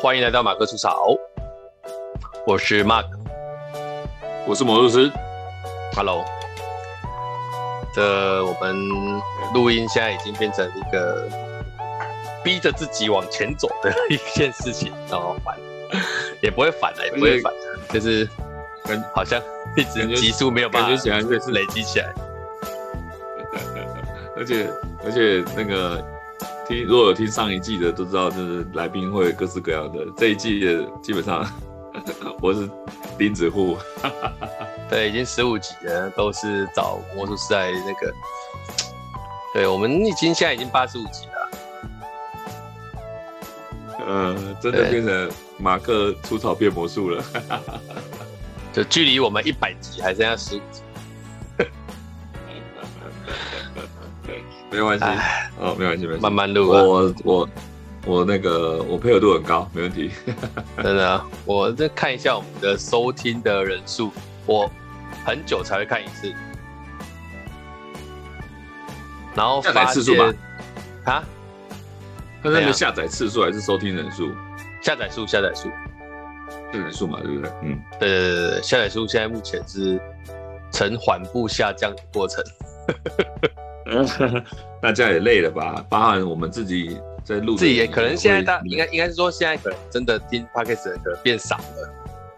欢迎来到马克出草，我是 Mark， 我是魔术师。 Hello， 我们录音现在已经变成一个逼着自己往前走的一件事情，然后烦，也不会烦了，也不会烦，就是好像一直集数没有办法累积起来。 而且那个如果有听上一季的都知道，就是来宾会各式各样的。这一季的基本上我是钉子户， 对，已经15集了，都是找魔术师来那个。对，我们现在已经85集了。 真的变成马克出草变魔术了。 就距离我们100集还剩下15集。 没关系，没关系， 慢慢录啊。 我配合度很高，没问题。 真的啊，我再看一下我们的收听的人数，我很久才会看一次，然后下载次数吧？ 啊？ 它是下载次数还是收听人数？ 下载数嘛，对不对？ 对，下载数现在目前是呈缓步下降的过程。 大家也累了吧？包含我们自己在录， 自己也可能现在应该是说现在可能真的听 Podcast 的人可能变少了。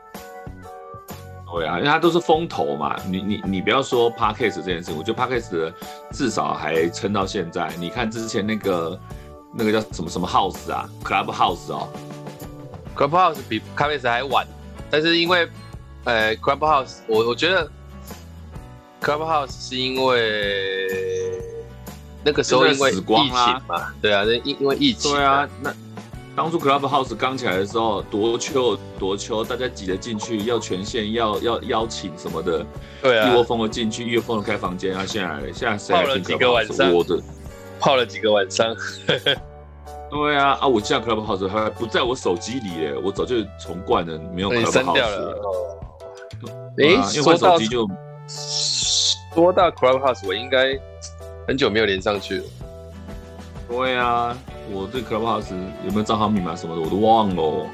对啊，因为它都是风投嘛。你不要说 Podcast 这件事，我觉得 Podcast 的至少还撑到现在。你看之前那个叫什么 House 啊 ，Clubhouse 哦 ，Clubhouse 比 Podcast 还晚，但是因为Clubhouse 我觉得 Clubhouse 是因为那个时候因为疫情嘛，对啊，因为疫情， 对啊，那当初 Clubhouse 刚起来的时候，多秋，大家挤得进去，要权限，要邀请什么的， 对啊， 一窝蜂的进去，一窝蜂的开房间啊，现在谁泡了几个晚上，泡了几个晚上， 对啊，我现在 Clubhouse 还不在我手机里耶，我早就重灌了，没有 Clubhouse 删掉了。 因为换手机就说到 Clubhouse， 我应该很久没有连上去了。 对啊，我对 Clubhouse 有没有账号密码什么的我都忘了。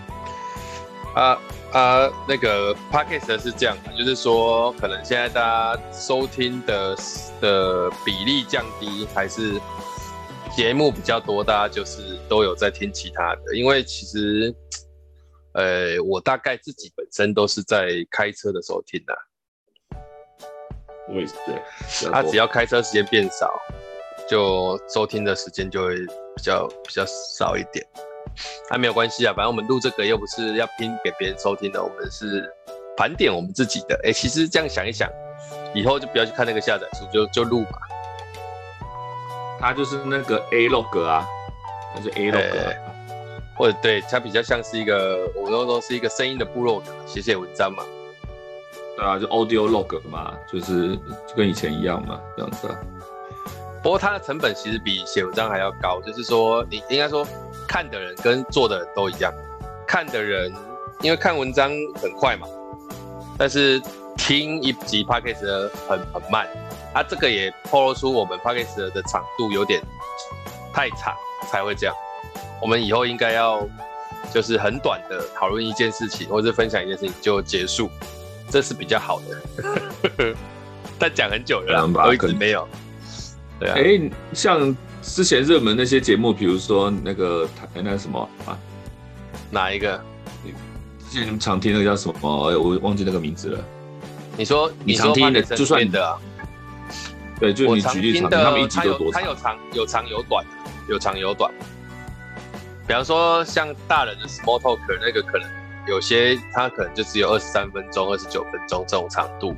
那个 Podcast 是这样的，就是说可能现在大家收听的比例降低，还是节目比较多，大家就是都有在听其他的。因为其实，我大概自己本身都是在开车的时候听的。 我也是，对。 他只要开车时间变少，就收听的时间就会比较少一点。没有关系啊，反正我们录这个又不是要拼给别人收听的，我们是盘点我们自己的。其实这样想一想，以后就不要去看那个下载数，就录嘛。 它就是那个 A log 啊，那是 A log， 或者对，它比较像是一个，我都说是一个声音的部落格，写文章嘛。 对啊，就 audio log 嘛，就跟以前一样嘛，这样子啊。 不过它的成本其实比写文章还要高，就是说你应该说看的人跟做的人都一样。看的人因为看文章很快嘛，但是听一集 Podcast 很慢。这个也透露出我们 Podcast 的长度有点太长才会这样。我们以后应该要就是很短的讨论一件事情，或者分享一件事情就结束，这是比较好的。但讲很久了啦，都一直没有。对啊， 像之前热門那些节目，比如说那个什么啊， 哪一个？ 之前你们常听那个叫什么？我忘记那个名字了。 你说常听的，就算的啊。 对，就你举例常听，他们一集都多长？ 它有长有短，有长有短。比方说像大人的 small talk 那个，可能有些它可能就只有23分钟、29分钟这种长度。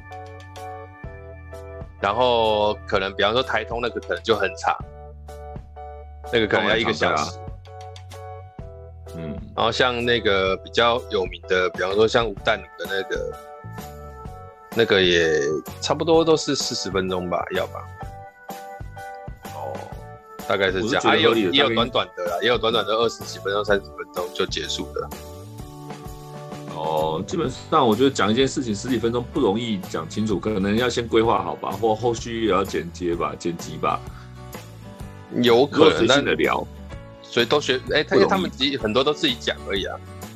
然后可能比方说台通那个可能就很长，那个可能要1个小时。然后像那个比较有名的，比方说像吴淡如的那个也差不多都是40分钟吧，要吧？大概是这样。也有短短的啦，也有短短的20几分钟、30分钟就结束的。 基本上我觉得讲一件事情10几分钟不容易讲清楚，可能要先规划好吧，或后续也要剪辑吧。 有可能， 随性的聊。 所以都学他们自己很多都自己讲而已啊。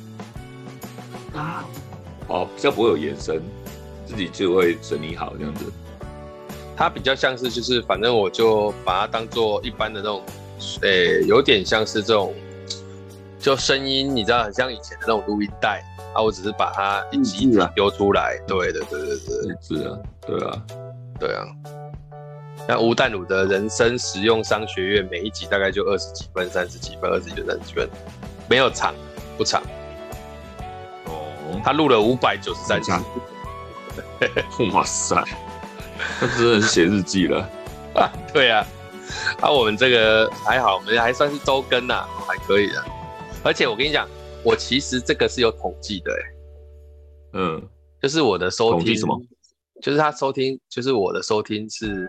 比较不会有延伸，自己就会整理好这样子。 它比较像是就是反正我就把它当做一般的那种，有点像是这种，就声音你知道很像以前的那种录音带啊，我只是把它一集一集丢出来。对， 是啊，对啊。 那吴淡如的人生实用商学院每一集大概就20几分、30几分、20几分、30几分，没有长，不长。他录了593集。 哇塞，他真的是写日记了。 对啊，我们这个还好，我们还算是周更啊，还可以的。而且我跟你讲，我其实这个是有统计的，就是我的收听，统计什么？就是他收听，就是我的收听是，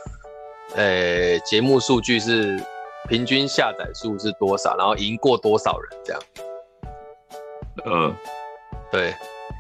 节目数据是平均下载数是多少，然后赢过多少人这样。对，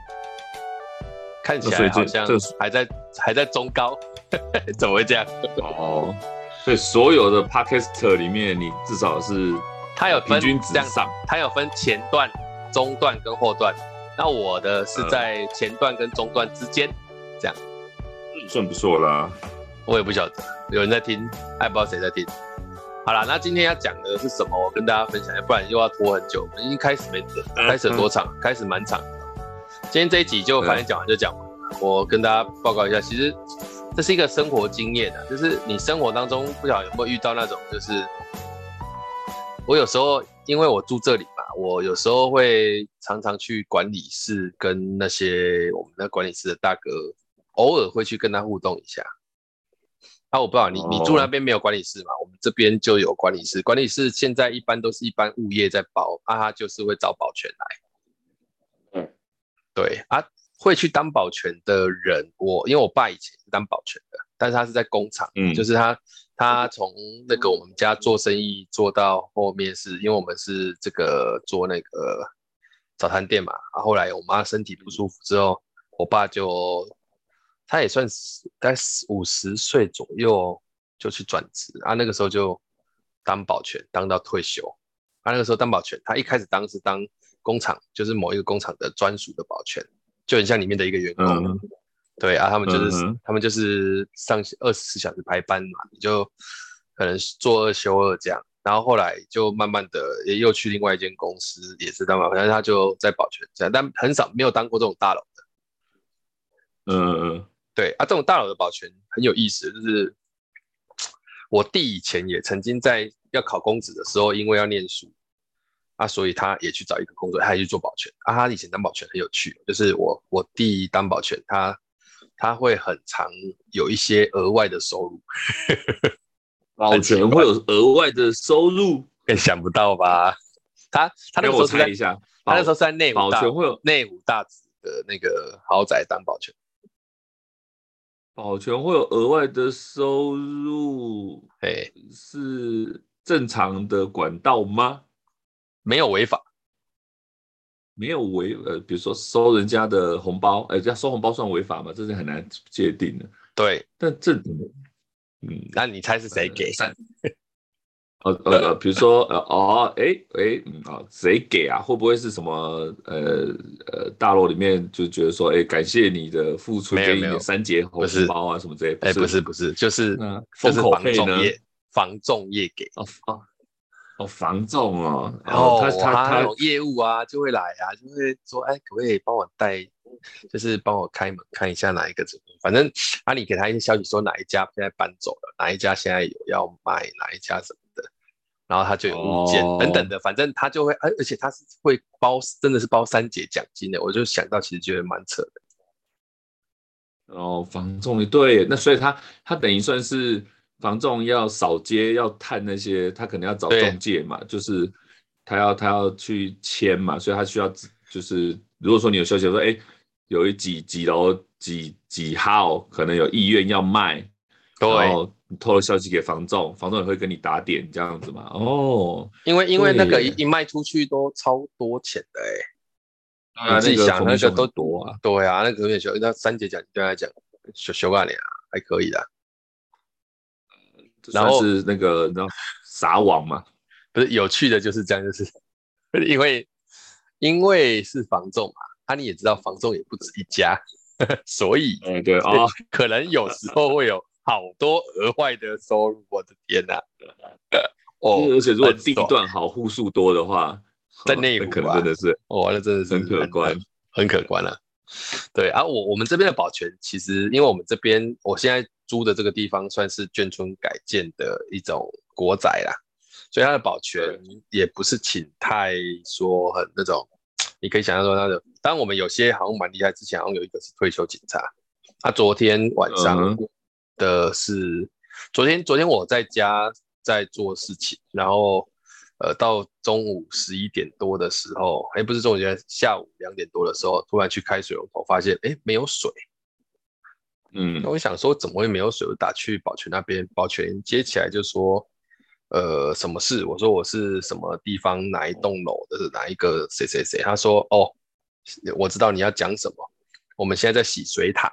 看起来好像还在中高，怎么会这样？ 所以所有的 Podcast 里面，你至少是它有分平均值上， 它有分前段、中段跟后段。那我的是在前段跟中段之间，这样算不错啦。 我也不晓得有人在听，还不知道谁在听。好啦，那今天要讲的是什么？我跟大家分享，不然又要拖很久。我们已经开始开始很多场，开始蛮长的。今天这一集就反正讲完就讲完了。我跟大家报告一下，其实这是一个生活经验啊，就是你生活当中不晓得有没有遇到那种，就是我有时候因为我住这里嘛，我有时候会常常去管理室跟那些我们的管理室的大哥，偶尔会去跟他互动一下。我不知道你住那边没有管理室嘛？我们这边就有管理室，管理室现在一般都是一般物业在包，他就是会找保全来。对啊，会去当保全的人，因为我爸以前是当保全的，但是他是在工厂，就是他从那个我们家做生意做到后面是因为我们是这个做那个早餐店嘛，后来我妈身体不舒服之后，我爸他也算是大概50岁左右就去转职那个时候就当保全当到退休那个时候当保全，他一开始是当工厂，就是某一个工厂的专属的保全，就很像里面的一个员工。对他们就是上24小时排班嘛，你就可能做2休2这样，然后后来就慢慢的也又去另外一间公司，也是当保全，但是他就在保全这样，但很少没有当过这种大楼的。对这种大楼的保全很有意思，就是我弟以前也曾经在要考公职的时候，因为要念书。所以他也去找一个工作，他也去做保全他以前当保全很有趣，就是我弟当保全，他会很常有一些额外的收入。 保全会有额外的收入？ 想不到吧？他那个时候猜一下， 他那时候是在内湖大直的那个豪宅当保全。 保全会有额外的收入，是正常的管道吗？ 没有违法， 没有比如说收人家的红包，这样收红包算违法吗？这是很难界定的。 对， 但那你猜是谁给？ 比如说谁给啊？会不会是什么大楼里面就觉得说，感谢你的付出，给你的3节红包啊什么之类的？ 不是，就是房仲业给。 房仲然后他那种业务就会来就会说，可不可以帮我带，就是帮我开门看一下哪一个反正你给他一些消息说哪一家现在搬走了，哪一家现在有要卖，哪一家什么的，然后他就有物件等等的，反正他就会，而且他是会包，真的是包3节奖金的，我就想到其实觉得蛮扯的。房仲对，那所以他等于算是。房仲要扫街要探那些，他可能要找中介嘛，就是他要去签嘛，所以他需要就是如果说你有消息说，有几楼几号可能有意愿要卖，然后你透露消息给房仲，房仲也会跟你打点这样子嘛。 因为那个一卖出去都超多钱的你自己想那个都多啊。 对那个有点小，那3节奖对他来讲小概念还可以的。 然后是那个撒网嘛， 不是有趣的就是这样，就是因为是房仲嘛，你也知道房仲也不止一家，所以对啊， 可能有时候会有好多额外的收入，我的天哪、哦， 而且如果地很爽， 段好、户数多的话， 在内那可能湖啊， 真的是那真的是很可观。 很可观了、对啊，我们这边的保全，其实因为我们这边我现在租的这个地方算是眷村改建的一种国宅啦，所以它的保全对， 也不是请太说很那种，你可以想象说那种，当然我们有些好像蛮厉害，之前好像有一个是退休警察，他昨天晚上嗯哼， 的是昨天我在家在做事情，然后到中午11点多的时候，不是中午，下午2点多的时候，突然去开水龙头，发现没有水。那嗯， 我想说怎么会没有水？我打去保全那边，保全接起来就说，什么事？我说我是什么地方哪一栋楼的哪一个谁谁谁。他说哦，我知道你要讲什么，我们现在在洗水塔。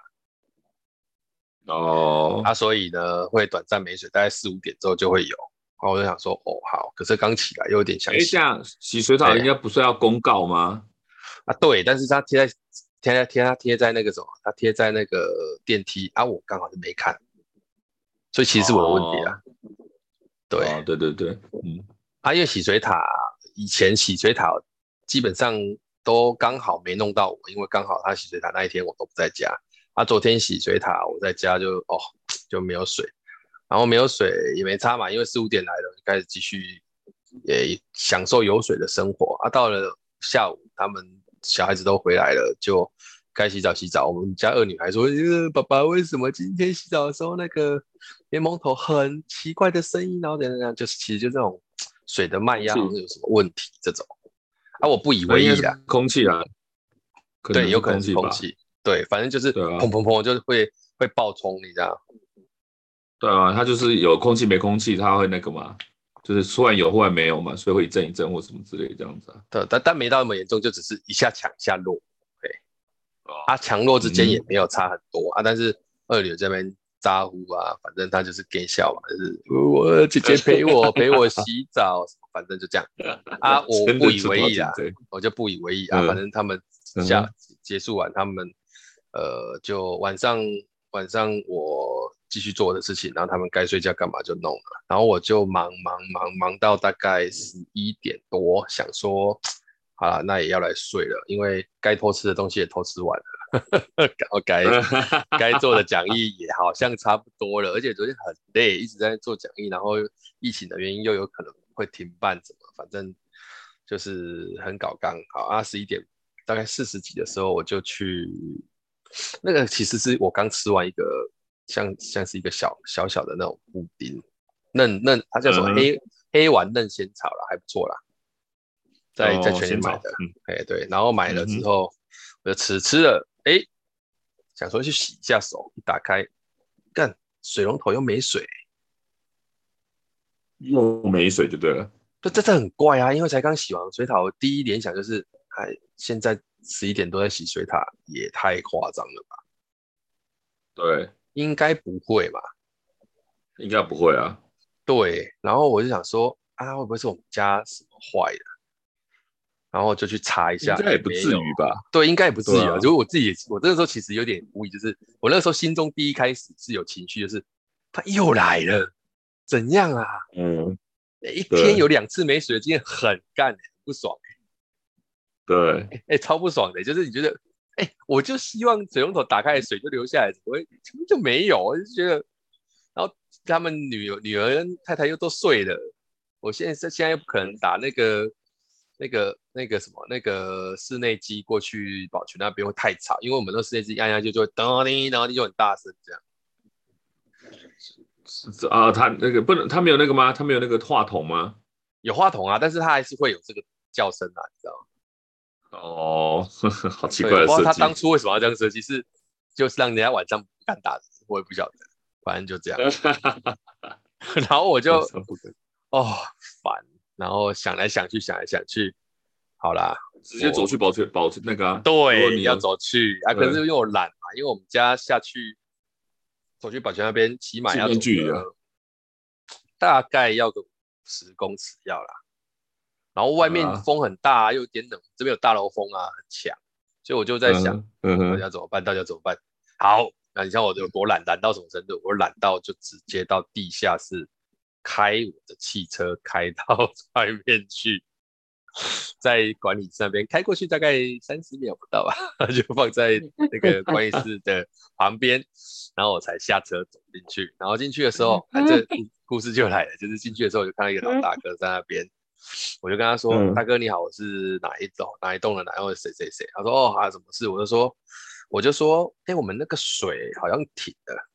哦， 所以呢会短暂没水，大概4、5点之后就会有。然后我就想说，哦好，可是刚起来又有点想洗。 这样洗水哎塔应该不是要公告吗？ 对，但是它贴在那个什么，它贴在那个电梯我刚好就没看，所以其实是我的问题啊。 哦， 对哦，对对对， 因为洗水塔以前洗水塔基本上都刚好没弄到我，因为刚好他洗水塔那一天我都不在家。昨天洗水塔我在家就没有水，然后没有水也没差嘛，因为4、5点来了，开始继续也享受有水的生活。到了下午，他们小孩子都回来了，就该洗澡洗澡。我们家二女还说：爸爸，为什么今天洗澡的时候那个莲蓬头很奇怪的声音？”然后怎样怎样，就是其实就这种水的脉空气， 压好像有什么问题这种。我不以那应该是为意啦， 空气啊，可对， 能是有可能空气吧？ 是空气，对，反正就是对啊， 砰砰砰，就是会爆冲，你知道。 对啊，它就是有空气没空气，它会那个嘛，就是突然有忽然没有嘛，所以会一阵一阵或什么之类这样子啊。 对，但没到那么严重，就只是一下强一下弱。对， 哦， 强弱之间也嗯没有差很多但是二女这边咋呼反正她就是给笑嘛，就是我姐姐陪我洗澡，反正就这样我不以真的是为意啦， 多紧张。 我就不以为意反嗯正他们嗯哼， 结束完，他们就晚上我继续做我的事情，然后他们该睡觉干嘛就弄了，然后我就忙到大概11点多，想说好了，那也要来睡了，因为该偷吃的东西也偷吃完了，然后该做的讲义也好像差不多了，而且昨天很累，一直在做讲义，然后疫情的原因又有可能会停办，怎么反正就是很搞刚好11点大概40几的时候，我就去那个，其实是我刚吃完一个像是一个小小的那种布丁，嫩，它叫什么嗯哼， 黑丸嫩仙草啦，还不错啦，在哦， 全年买的， 仙草， 对，然后买了嗯哼， 之后我就吃了，想说去洗一下手，一打开，干水龙头又没水， 又没水就对了。 这很怪因为才刚洗完水塔，我第一联想就是，现在11点多在洗水塔，也太夸张了吧？ 对， 应该不会吧？ 应该不会啊， 对，然后我就想说，会不会是我们家什么坏了？然后就去查一下， 应该也不没有。 至于吧？ 对，应该也不至于啊。 对啊， 就是我自己我那个时候其实有点无语，就是我那个时候心中第一开始是有情绪，就是他又来了，怎样啊？ 嗯， 一天对有2次没水，今天很干，很不爽。 对， 超不爽的，就是你觉得，我就希望水龙头打开的水就流下来，怎么会就没有？我就觉得，然后他们女儿跟太太又都睡了，我现在又不可能打那个什么那个室内机过去保全那边会太吵，因为我们那室内机按下去就会噔叮，然后就很大声这样。 啊，他那个不能，他没有那个吗？他没有那个话筒吗？ 有话筒但是它还是会有这个叫声你知道吗？ 哦，好奇对，我不知道他怪的设计。 当初为什么要这样设计，就是让人家晚上不敢打人，我也不晓得，反正就这样。然后我就晚上不敢， 哦烦，然后想来想去，好啦， 直接走去保全那个啊。如果对要你有走去可是对因为我懒嘛，因为我们家下去走去保全那边起码近要走个面距离啊， 大概要个50公尺要啦， 然后外面风很大，又有点冷，这边有大楼风啊，很强，所以我就在想，到底要怎么办？到底要怎么办？好，那你像我有多懒到什么程度？我懒到就直接到地下室开我的汽车开到外面去，在管理室那边开过去大概30秒不到吧，就放在那个管理室的旁边，然后我才下车走进去。然后进去的时候，这故事就来了，就是进去的时候我就看到一个老大哥在那边，我就跟他说：“大哥你好，我是哪一栋的哪一栋谁谁谁。”他说：“哦，什么事？”我就说：“哎，我们那个水好像停了。”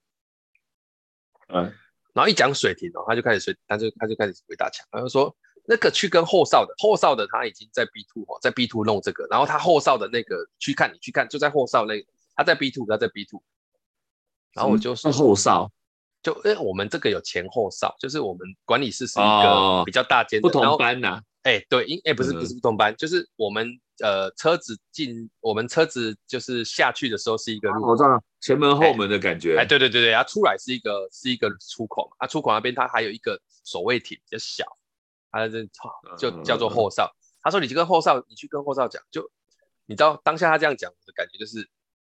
然后一讲水停哦，他就开始鬼打墙，他就说那个去跟后哨的他已经在 B2 哦，在 B2 弄这个，然后他后哨的那个你去看，就在后哨那个，他在 B2，他在 B2，然后我就说后哨， 就因为我们这个有前后哨，就是我们管理室是一个比较大间的， 不同班呐。 对，不是不同班，就是我们我们车子就是下去的时候是一个路口， 我知道前门后门的感觉。 对，它出来是一个出口嘛，出口那边它还有一个守卫亭比较小，它就叫做后哨。他说你去跟后哨讲，就你知道当下他这样讲，我的感觉就是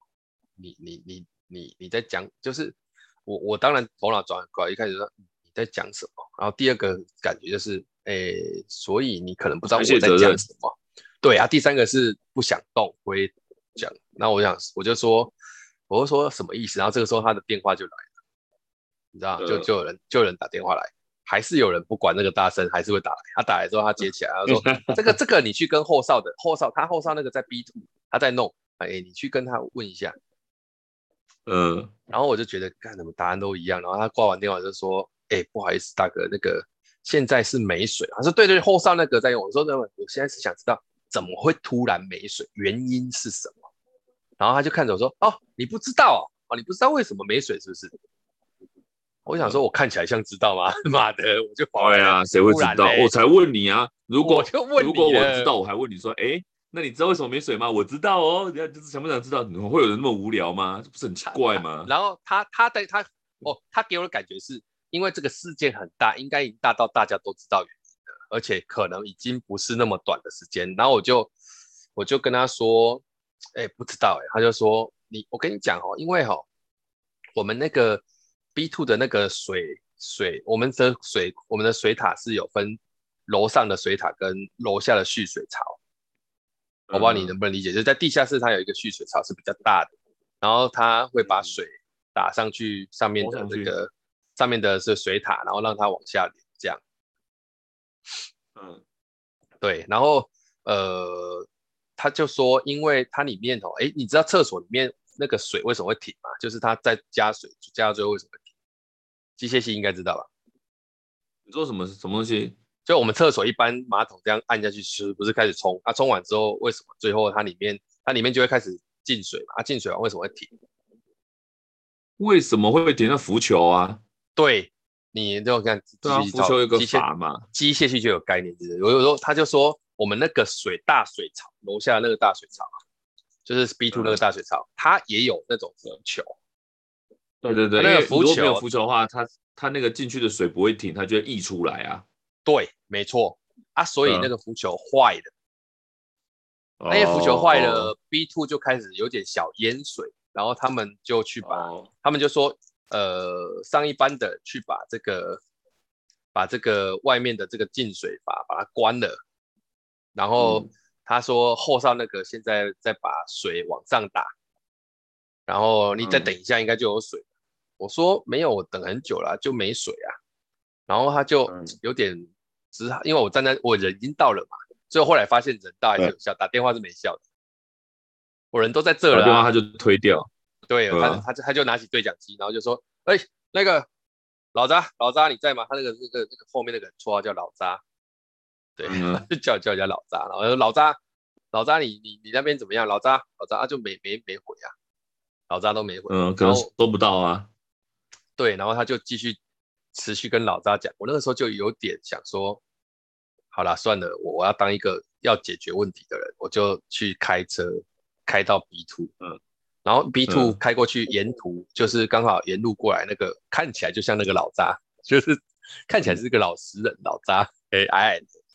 你在讲，就是我当然头脑转很快，一开始说你在讲什么，然后第二个感觉就是，所以你可能不知道我在讲什么，对啊，第三个是不想动，不会讲，那我就说什么意思，然后这个时候他的电话就来了，你知道，就有人打电话来，还是有人不管那个大声，还是会打来，他打来之后他接起来，他说这个你去跟后哨那个在 B2，他在弄，你去跟他问一下。然后我就觉得，干什么答案都一样。然后他挂完电话就说：“不好意思，大哥，那个现在是没水。”他说：“对，后哨那个在用。”我说：“我现在是想知道怎么会突然没水，原因是什么？”然后他就看着我说：“哦，你不知道哦，你不知道为什么没水是不是？”我想说，我看起来像知道吗？妈的，我就跑来了。 对啊，谁会知道？我才问你啊！如果我知道，我还问你说：“那你知道为什么没水吗？”我知道哦，你就是想不想知道？会有人那么无聊吗？这不是很奇怪吗？ 然后他给我的感觉是因为这个事件很大，应该已经大到大家都知道原因了，而且可能已经不是那么短的时间。然后我就跟他说，不知道他就说我跟你讲因为我们那个 B2 的那个我们的水塔是有分楼上的水塔跟楼下的蓄水槽。我不知道你能不能理解，就是在地下室它有一个蓄水槽是比较大的，然后它会把水打上去上面的上面的是水塔，然后让它往下流这样。对，然后他就说，因为它里面你知道厕所里面那个水为什么会停吗？就是它在加水加到最后为什么会停？机械系应该知道吧？ 你说什么东西？ 就我们厕所一般马桶这样按下去不是开始冲，冲完之后为什么最后它里面就会开始进水嘛？进水完为什么会停？ 为什么会停？那浮球啊？ 对，你就看浮球有个阀嘛， 机械系就有概念，有时候他就说我们那个大水槽楼下那个大水槽，就是 B2 那个大水槽，它也有那种浮球。 对，那个浮球没有浮球的话，它那个进去的水不会停，它就会溢出来啊。 对，没错啊，所以那个浮球坏了，那些浮球坏了 ，B2 就开始有点小淹水，然后他们就去他们就说，上一班的去把这个外面的这个进水阀把它关了，然后他说后哨那个现在再把水往上打，然后你再等一下应该就有水。我说没有，我等很久了就没水啊。然后他就有点因为我人已经到了嘛，所以后来发现人到还是有效，打电话是没效的。我人都在这了， 打电话他就推掉。 对，他就拿起对讲机，然后就说：“那个老渣你在吗？”他那个后面那个人绰号叫老渣，对，就叫人家老渣，然后老渣你那边怎么样？老渣就没回啊，老渣都没回， 可能收不到啊。 对，然后他就持续跟老渣讲，我那个时候就有点想说，好啦，算了，我要当一个要解决问题的人，我就去开车开到 B2，然后 B2 开过去，沿途就是刚好沿路过来那个看起来就像那个老渣，就是看起来是个老实人老渣，矮矮的，然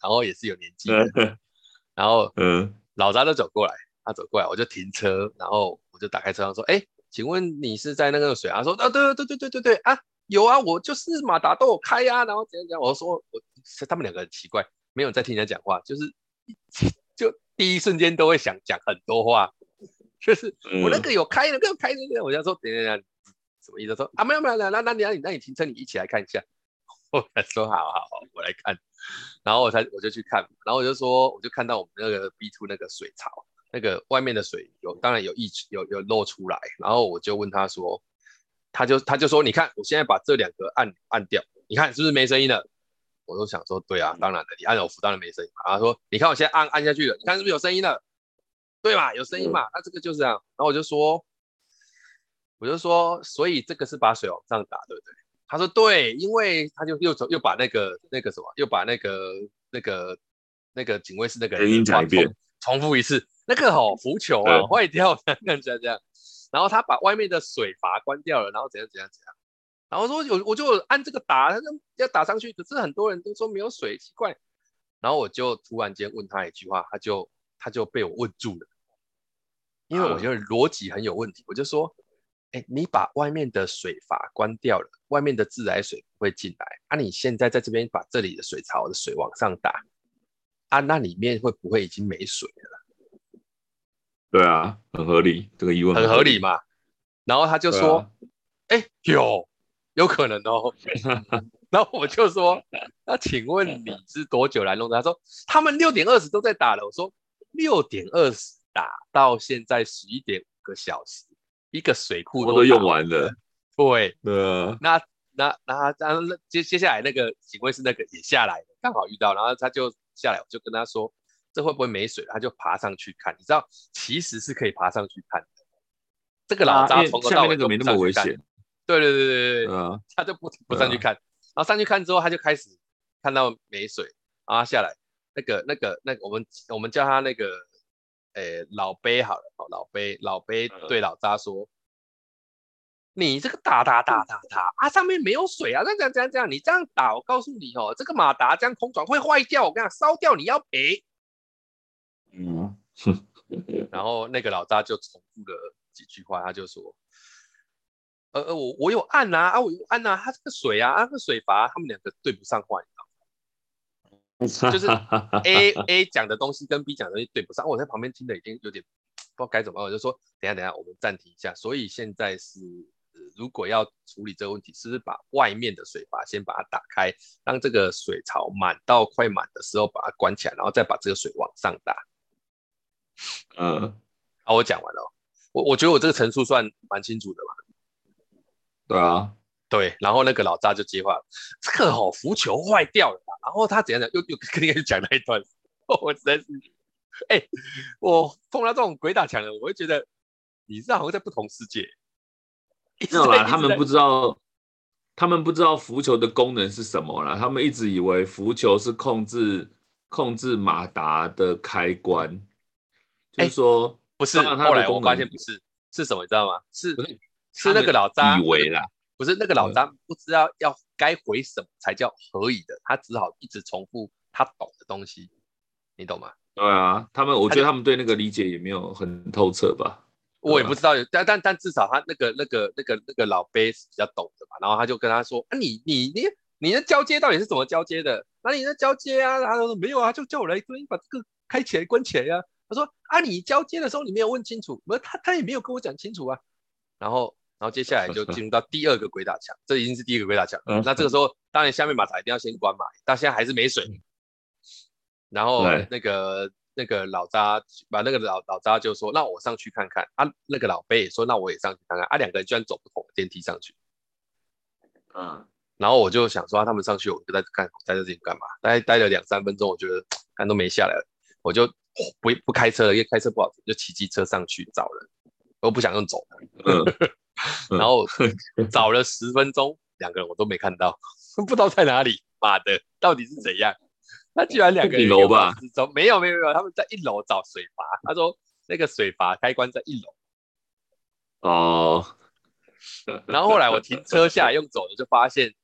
然后也是有年纪的，然后嗯， 老张就走过来，他走过来，我就停车，然后我就打开车窗说，哎，请问你是在那个水啊？他说，啊，对啊，有啊，我就是马达都有开啊，然后怎样怎样，我说他们两个很奇怪，没有在听人家讲话，就第一瞬间都会想讲很多话，就是我那个有开，那个有开，那个我就说等，什么意思？说啊没有，那你停车，你一起来看一下。我说好，我来看，然后我就去看，然后我就看到我们那个 B2 那个水槽，那个外面的水当然有漏出来，然后我就问他说，他就说，你看我现在把这两个按掉，你看是不是没声音了？我都想说，对啊，当然了，你按偶符当然没声音嘛。他说，你看我现在按下去了，你看是不是有声音了？对嘛，有声音嘛，那这个就是这样。然后我就说，所以这个是把水往上打，对不对？他说对，因为他就又把那个什么，又把那个警卫室那个人声音讲一遍。 重复一次，那个浮球啊坏掉，这样，然后他把外面的水阀关掉了，然后怎样，然后我就按这个打，他就要打上去，可是很多人都说没有水，奇怪。然后我就突然间问他一句话，他就被我问住了，因为我觉得逻辑很有问题，我就说，哎，你把外面的水阀关掉了，外面的自来水不会进来，啊，你现在在这边把这里的水槽的水往上打，啊，那里面会不会已经没水了？ 对啊，很合理，这个疑问很很合理。 合理嘛？然后他就说， 对啊， 哎，有可能哦。然后我就说，那请问你是多久来弄的？他说他们6:20都在打了。我说6:20打到现在11.5个小时，一个水库都我都用打完了。 完了。 对， 对啊， 那接下来那个警卫是那个也下来了，刚好遇到，然后他就下来，我就跟他说，这会不会没水了？他就爬上去看，你知道其实是可以爬上去看的。这个老啊，因渣为下从头到尾都面那个没那么不上去看， 危险。 对， 对啊， 他就不对啊， 上去看，然后上去看之后，他就开始看到没水，然后下来，我们叫他那个，老杯好了，老杯对老渣说，你这个打啊，上面没有水啊，那这样，你这样打，我告诉你哦，这个马达这样空转会坏掉，我跟你讲，烧掉你要赔。 嗯， 然后那个老渣就重复了几句话，他就说，我有按啊，我有按啊，他这个水啊，这个水阀他们两个对不上话，你知道吗？就是 A 讲的东西跟 B 讲的东西对不上，我在旁边听的已经有点不知道该怎么办，我就说等一下，我们暂停一下。所以现在是，如果要处理这个问题，是不是把外面的水阀先把它打开，让这个水槽满到快满的时候把它关起来，然后再把这个水往上打。 嗯， 好，我讲完了，我觉得我这个陈述算蛮清楚的嘛。 对啊， 对，然后那个老渣就接话，这个浮球坏掉了，然后他怎样又跟你讲那一段，我实在是，哎，我碰到这种鬼打墙的，我会觉得你这好像在不同世界， 没有啦， 一直在， 他们不知道浮球的功能是什么啦，他们一直以为浮球是控制马达的开关，就是哎， 说，当不是， 然它后来我发的功能现不是，是什么你知道吗？ 不是是那个他们以老渣， 为啦。 不是那个老渣不知道该回什么才叫合理的，他只好一直重复他懂的东西，你懂吗？ 对啊，我他就觉得他们对那个理解也没有很透彻吧。对啊， 我也不知道，但至少他那个老杯是比较懂的嘛，然后他就跟他说，啊你的交接到底是怎么交接的？那你的交接啊？他说没有啊，就叫我来这边把这个开起来关起来呀、啊。他说啊，你交接的时候你没有问清楚，他也没有跟我讲清楚啊。然后接下来就进入到第二个鬼打墙，这已经是第一个鬼打墙了。那这个时候当然下面马达一定要先关嘛，但现在还是没水。然后对， 那个老渣把那个老渣就说，那我上去看看啊。那个老贝也说，那我也上去看看啊。两个人居然走不同的电梯上去， 嗯， 然后我就想说，他们上去，我就在这里干嘛？待了2、3分钟，我觉得看都没下来了，我就不开车了，因为开车不好，就骑机车上去找人，我不想用走的。 嗯嗯， 然后找了10分钟，两个人我都没看到，不知道在哪里。妈的，到底是怎样？他居然两在个人给我搞顶楼吧？ 失踪，没有，他们在1楼找水阀。他说那个水阀开关在1楼， 哦， 然后后来我停车下来用走的，就发现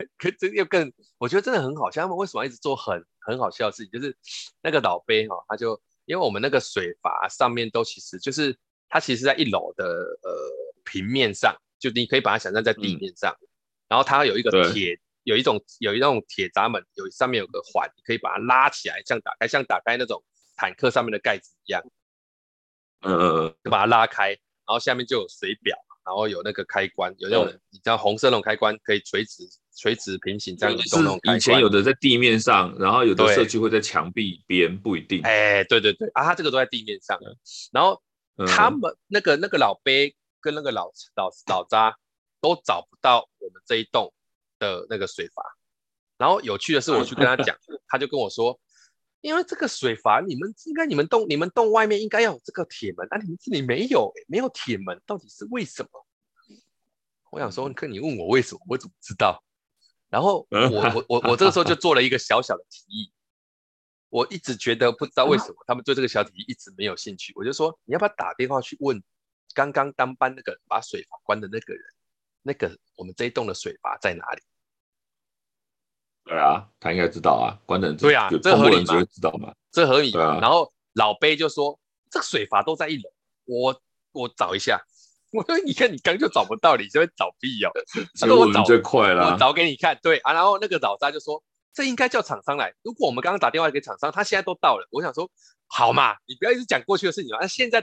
可这又更，我觉得真的很好笑。他们为什么一直做很好笑的事情？就是那个老杯哈、他就因为我们那个水阀上面都其实就是它其实在一楼的平面上，就你可以把它想象在地面上，然后它有一个对， 铁，有一种铁闸门，上面有个环，你可以把它拉起来，像打开那种坦克上面的盖子一样，就把它拉开，然后下面就有水表。然后有那个开关，有那种你知道红色那种开关，可以垂直平行这样移动那种开关。 以前有的在地面上，然后有的社对， 区会在墙壁边，不一定。 哎，对对对，啊，它这个都在地面上。然后他们那个老杯跟那个老渣都找不到我们这一栋的那个水阀。然后有趣的是，我去跟他讲，他就跟我说，因为这个水阀，你们洞外面应该要有这个铁门，你们这里没有，没有铁门，到底是为什么？我想说，你问我为什么，我怎么知道？然后我这个时候就做了一个小小的提议，我一直觉得不知道为什么他们对这个小提议一直没有兴趣，我就说你要不要打电话去问刚刚当班那个把水阀关的那个人，那个我们这一栋的水阀在哪里？ 对啊，他应该知道啊，关人对啊，这通过人只合理吗？ 会知道嘛。 这合理嘛？ 对啊， 然后老贝就说这个水阀都在一楼，我找一下。我说你看你刚就找不到，你这边找屁哦。他说结果我们最快我啦。 找给你看，对啊。然后那个老渣就说这应该叫厂商来。如果我们刚刚打电话给厂商，他现在都到了。我想说好嘛，你不要一直讲过去的事情嘛。现在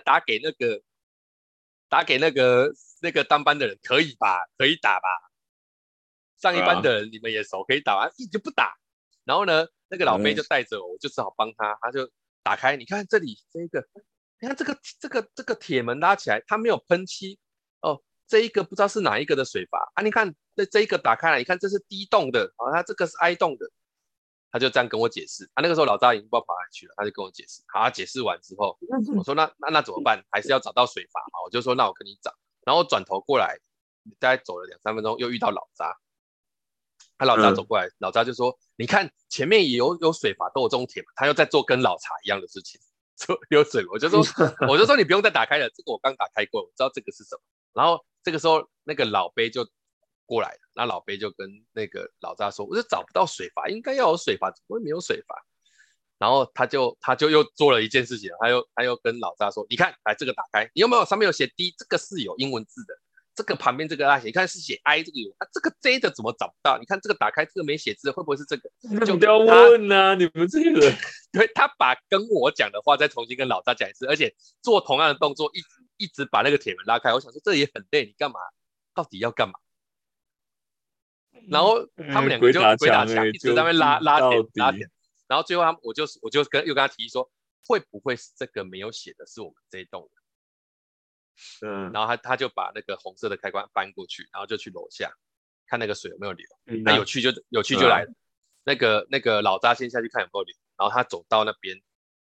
打给那个当班的人可以吧？可以打吧？上一班的人你们也熟，可以打啊，一直不打。然后呢，那个老贝就带着我，我就只好帮他，他就打开，你看这里这个，你看这个铁门拉起来，它没有喷漆哦，这一个不知道是哪一个的水阀啊，你看这一个打开来，你看这是 D 栋的，啊，它这个是 I 栋的，他就这样跟我解释啊。那个时候老大已经不知道跑哪里去了，他就跟我解释。好，他解释完之后，我说那怎么办？还是要找到水阀嘛？我就说那我跟你找。然后我转头过来，大概走了2、3分钟，又遇到老渣。他老渣走过来，老渣就说：“你看前面也有水阀，都有这种铁门。”他又在做跟老茶一样的事情，说有水。我就说你不用再打开了，这个我刚打开过，我知道这个是什么。然后这个时候那个老杯就过来了，那老杯就跟那个老渣说：“我就找不到水阀，应该要有水阀，怎么会没有水阀？”然后他就又做了一件事情，他又跟老渣说：“你看，来这个打开，你有没有上面有写 D？ 这个是有英文字的。”这个旁边这个大写，你看是写 I 这个有，这个 J 的怎么找不到？你看这个打开这个没写字，会不会是这个？ 就不要问啊，你们这些人。 对，他把跟我讲的话再重新跟老大讲一次，而且做同样的动作，一直把那个铁门拉开。我想说这也很累，你干嘛？到底要干嘛？然后他们两个就鬼打墙，一直在那边拉点，然后最后我就又跟他提议说，会不会是这个没有写的是我们这一栋的？然后他就把那个红色的开关搬过去，然后就去楼下看那个水有没有流。那有趣就来了，那个老渣先下去看有没有流，然后他走到那边，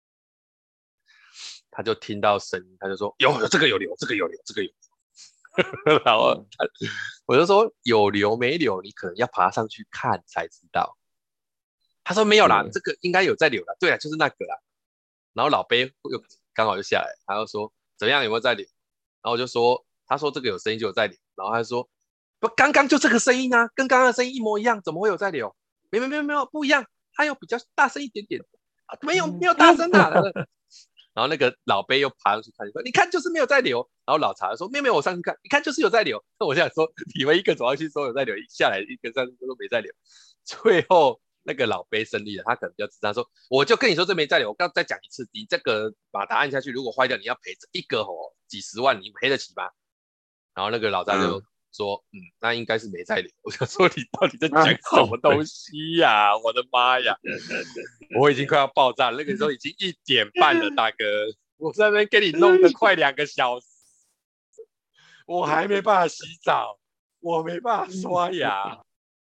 他就听到声音，他就说有这个有流，这个有流，这个有流。然后我就说有流没流，你可能要爬上去看才知道。他说没有啦，这个应该有在流啦。对啊，就是那个啦。然后老杯又刚好就下来，他就说怎么样有没有在流？然后我就说，他说这个有声音就有在流，然后他就说不，刚刚就这个声音啊，跟刚刚的声音一模一样，怎么会有在流？没有不一样，它有比较大声一点点啊，没有大声啊。然后那个老杯又爬上去看，说你看就是没有在流。然后老茶说没有，我上去看，你看就是有在流。那我想说，你们一个走上去说有在流，一下来一个上去说没在流，最后。那个老杯胜利了，他可能比较智障，说我就跟你说这没在流，我刚再讲一次，你这个把它按下去，如果坏掉，你要赔一个几十万，你赔得起吗？然后那个老张就说，那应该是没在流。我就说你到底在讲什么东西呀、啊？我的妈呀！我已经快要爆炸了，那个时候已经1点半了，大哥，我在那边给你弄了快2个小时，我还没办法洗澡，我没办法刷牙。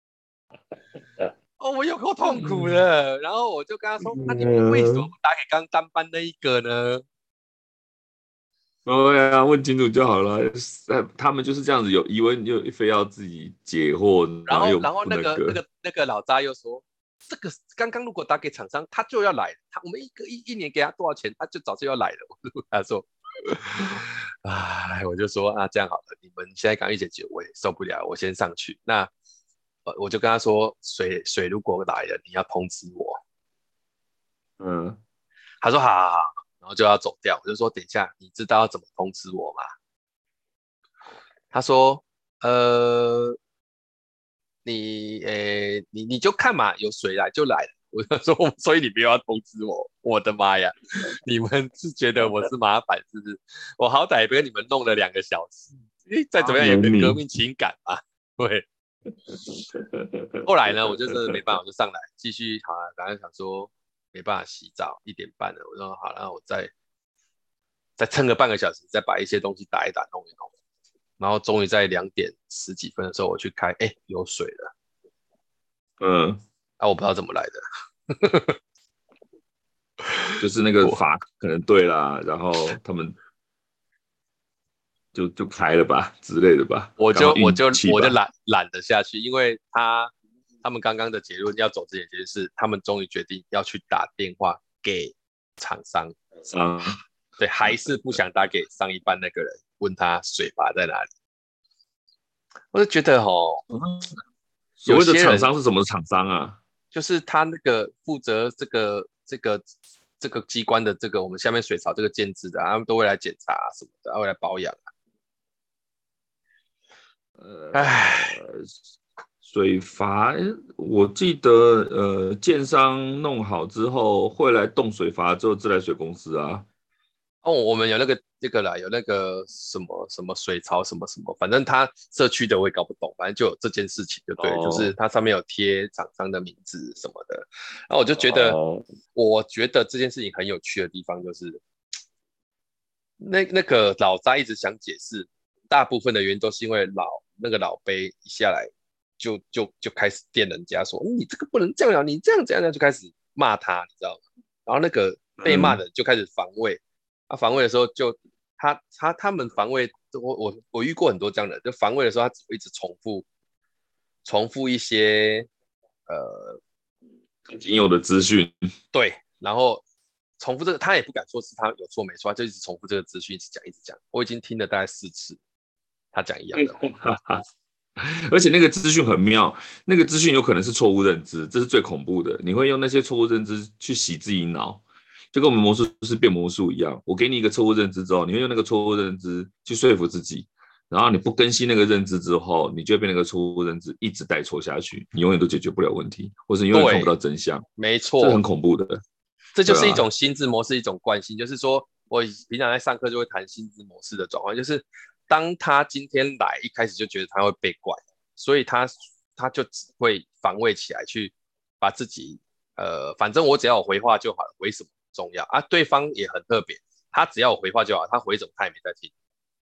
哦，我有够痛苦的，然后我就跟他说：“那你们为什么不打给刚当班那一个呢？” 对啊，问清楚就好了。他们就是这样子，有疑问又非要自己解惑， 然后又后那个老渣又说：“这个刚刚如果打给厂商，他就要来，我们一年给他多少钱，他就早就要来了。”我就他说：“哎，我就说啊，这样好了，你们现在赶快解决，我也受不了，我先上去。那我就跟他说水如果来了，你要通知我。 嗯， 他说好好好，然后就要走掉。我就说等一下，你知道要怎么通知我吗？他说你就看嘛，有水来就来了。我就说，所以你不要通知我，我的妈呀！你们是觉得我是麻烦是不是？我好歹也被你们弄了2个小时，再怎么样有个革你命情感嘛。对，后来呢，我就真的没办法，我就上来继续好了。刚才想说没办法洗澡，1点半了，我说好了，我再撑个半个小时，再把一些东西打一打，弄一弄。然后终于在2点10几分的时候，我去开，哎，有水了。 嗯， 啊，我不知道怎么来的。 就是那个我阀可能对啦，然后他们就开了吧之类的吧， 我刚好就我就运气吧。 我就懒得下去，因为他们刚刚的结论要走之前，就是他们终于决定要去打电话给厂商， 啊， 对，还是不想打给上一班那个人，问他水阀在哪里。我就觉得哦，有所谓的些人厂商是什么厂商啊？ 就是他那个负责这个机关的这个我们下面水槽这个建制的，他们都会来检查什么的，会来保养。唉， 呃，水阀，我记得建商弄好之后会来动水阀，之后自来水公司啊。 哦，我们有那个啦，有那个什么什么水槽什么什么，反正他社区的我也搞不懂，反正就有这件事情就对了，就是哦它上面有贴厂商的名字什么的。然后我就觉得， 哦， 我觉得这件事情很有趣的地方就是，那个老张一直想解释，大部分的原因都是因为那个老杯一下来就开始电人家说，你这个不能这样啊，你这样怎样就开始骂他，你知道吗？然后那个被骂嗯， 的就开始防卫，他防卫的时候就他们防卫，我遇过很多这样的，就防卫的时候他只会一直重复一些呃仅有的资讯。 对，然后重复这个，他也不敢说是他有错没错，他就一直重复这个资讯，一直讲一直讲。我已经听了大概4次，他讲一样的话。 而且那个资讯很妙，那个资讯有可能是错误认知，这是最恐怖的。你会用那些错误认知去洗自己脑，就跟我们魔术师变魔术一样。我给你一个错误认知之后，你会用那个错误认知去说服自己，然后你不更新那个认知之后，你就会被那个错误认知一直带错下去，你永远都解决不了问题，或是你永远看不对， 到真相， 没这是很错， 恐怖的。 这就是一种对啊， 心智模式，一种惯性。就是说我平常在上课就会谈心智模式的转换，就是当他今天来，一开始就觉得他会被怪，所以他就只会防卫起来，去把自己反正我只要有回话就好了，回什么重要啊？对方也很特别，他只要有回话就好，他回什么他也没在听。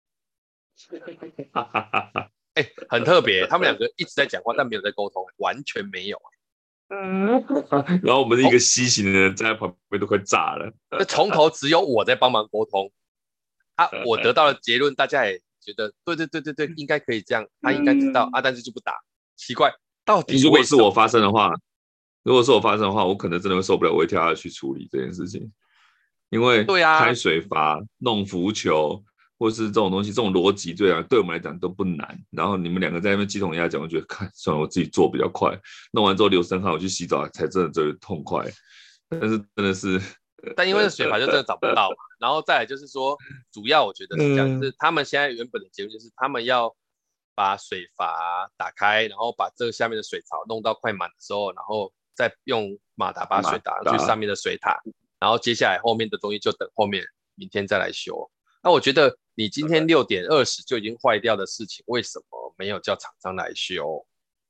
哎，很特别，他们两个一直在讲话，但没有在沟通，完全没有。 然后我们一个从西行的人站在旁边都快炸了。 从头只有我在帮忙沟通啊，我得到的结论，大家也觉得对对对对对，应该可以这样，他应该知道啊，但是就不打，奇怪，到底如果为什么？ 是我发生的话，我可能真的会受不了，我会跳下去处理这件事情。因为对啊， 开水阀、弄浮球，或是这种东西，这种逻辑对我们来讲都不难。然后你们两个在那边鸡同鸭讲，我觉得看算了，我自己做比较快。弄完之后流身汗，我去洗澡才真的觉得痛快。但是真的是， 但因为水牌就真的找不到嘛，然后再来就是说，主要我觉得是这样，就是嗯， 他们现在原本的结论就是他们要把水阀打开，然后把这个下面的水槽弄到快满的时候，然后再用马达把水马打上去上达面的水塔，然后接下来后面的东西就等后面明天再来修。那我觉得你今天6点20就已经坏掉的事情，为什么没有叫厂商来修？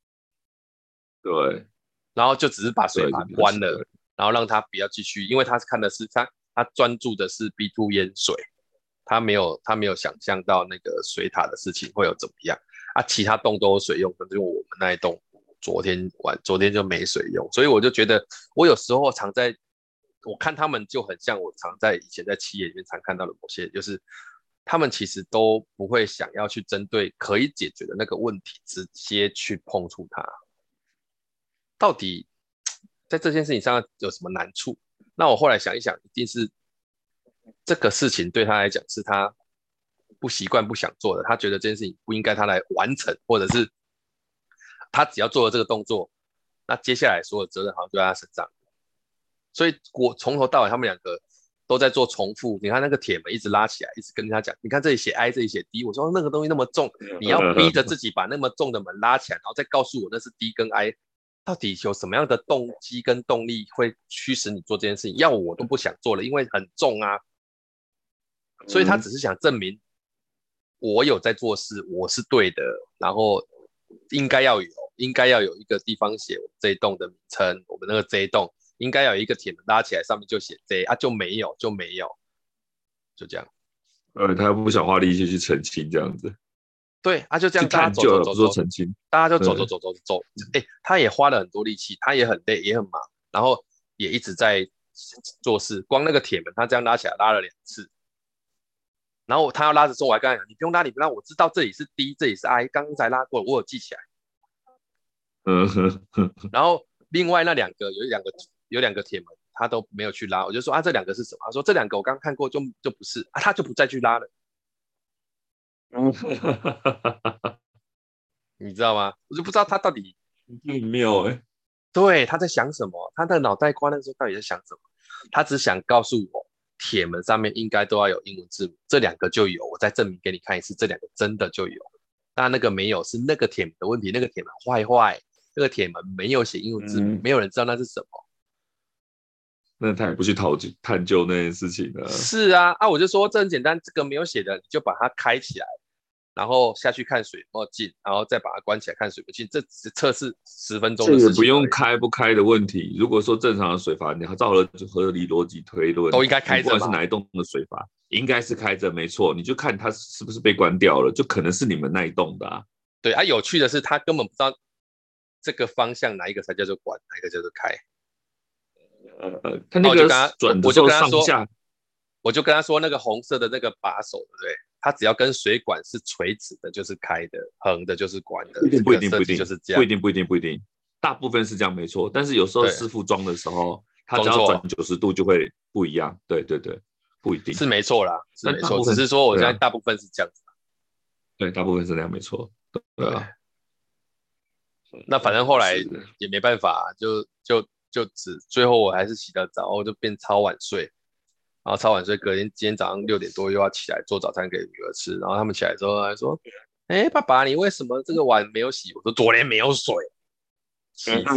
对然后就只是把水对， 阀就比较奇怪。 关了，然后让他不要继续，因为他看的是他专注的是 B2 淹水，他没有想象到那个水塔的事情会有怎么样啊，其他洞都有水用，可是我们那一栋昨天就没水用，所以我就觉得我有时候我看他们就很像我常在以前在企业里面常看到的某些，就是他们其实都不会想要去针对可以解决的那个问题直接去碰触它，到底在这件事情上有什么难处？那我后来想一想，一定是这个事情对他来讲是他不习惯、不想做的，他觉得这件事情不应该他来完成，或者是他只要做了这个动作，那接下来所有责任好像就在他身上。所以我从头到尾他们两个都在做重复。你看那个铁门一直拉起来，一直跟他讲，你看这里写 I， 这里写 D。我说那个东西那么重，你要逼着自己把那么重的门拉起来，然后再告诉我那是 D 跟 I， 到底有什么样的动机跟动力会驱使你做这件事情？要我都不想做了，因为很重啊。所以他只是想证明我有在做事，我是对的，然后应该要有一个地方写我们这一栋的名称，我们那个这一栋应该有一个铁门拉起来，上面就写 J 啊，就没有，就这样。 他不想花力气去澄清这样子， 对啊，就这样，大家走就不说走走走， 澄清， 大家就走走走走走。他也花了很多力气，他也很累，也很忙，然后也一直在做事。光那个铁门，他这样拉起来拉了2次。然后他要拉的时候，我还跟他讲：“你不用拉，你不用拉，我知道这里是 D， 这里是 I， 刚才拉过，我有记起来。”然后另外那两个有两个铁门，他都没有去拉。我就说啊，这2个是什么？他说这2个我刚看过，就不是啊，他就不再去拉了。你知道吗？我就不知道他到底很妙对他在想什么，他的脑袋瓜那时候到底在想什么？他只想告诉我，铁门上面应该都要有英文字母，这2个就有。我再证明给你看一次，这2个真的就有。那个没有是那个铁门的问题，那个铁门坏，那个铁门没有写英文字母，没有人知道那是什么。 那他也不去探究那件事情呢？ 是啊，我就说这很简单，这个没有写的你就把它开起来，然后下去看水有没有进，然后再把它关起来看水没进，这只测试10分钟的事情。 这也不用开不开的问题。如果说正常的水阀，你照了合理逻辑推论， 都应该开着嘛。 不管是哪一栋的水阀，应该是开着，没错。你就看它是不是被关掉了，就可能是你们那一栋的啊。 对啊，有趣的是他根本不知道这个方向哪一个才叫做关，哪一个叫做开。 他那个转的时候上下， 我就跟他说那个红色的那个把手，对不对？它只要跟水管是垂直的，就是开的；横的，就是关的。 不一定， 就是这样。 不一定。大部分是这样，没错。但是有时候师傅装的时候，他只要转90度就会不一样。对，不一定是没错啦，是没错。只是说我现在大部分是这样子。 对，大部分是那样，没错。对啊。 那反正后来也没办法，最后我还是洗了澡，我就变超晚睡，然后超晚睡，隔天今天早上6点多又要起来做早餐给女儿吃，然后他们起来之后还说：“爸爸，你为什么这个碗没有洗？”我说：“昨天没有水。”气死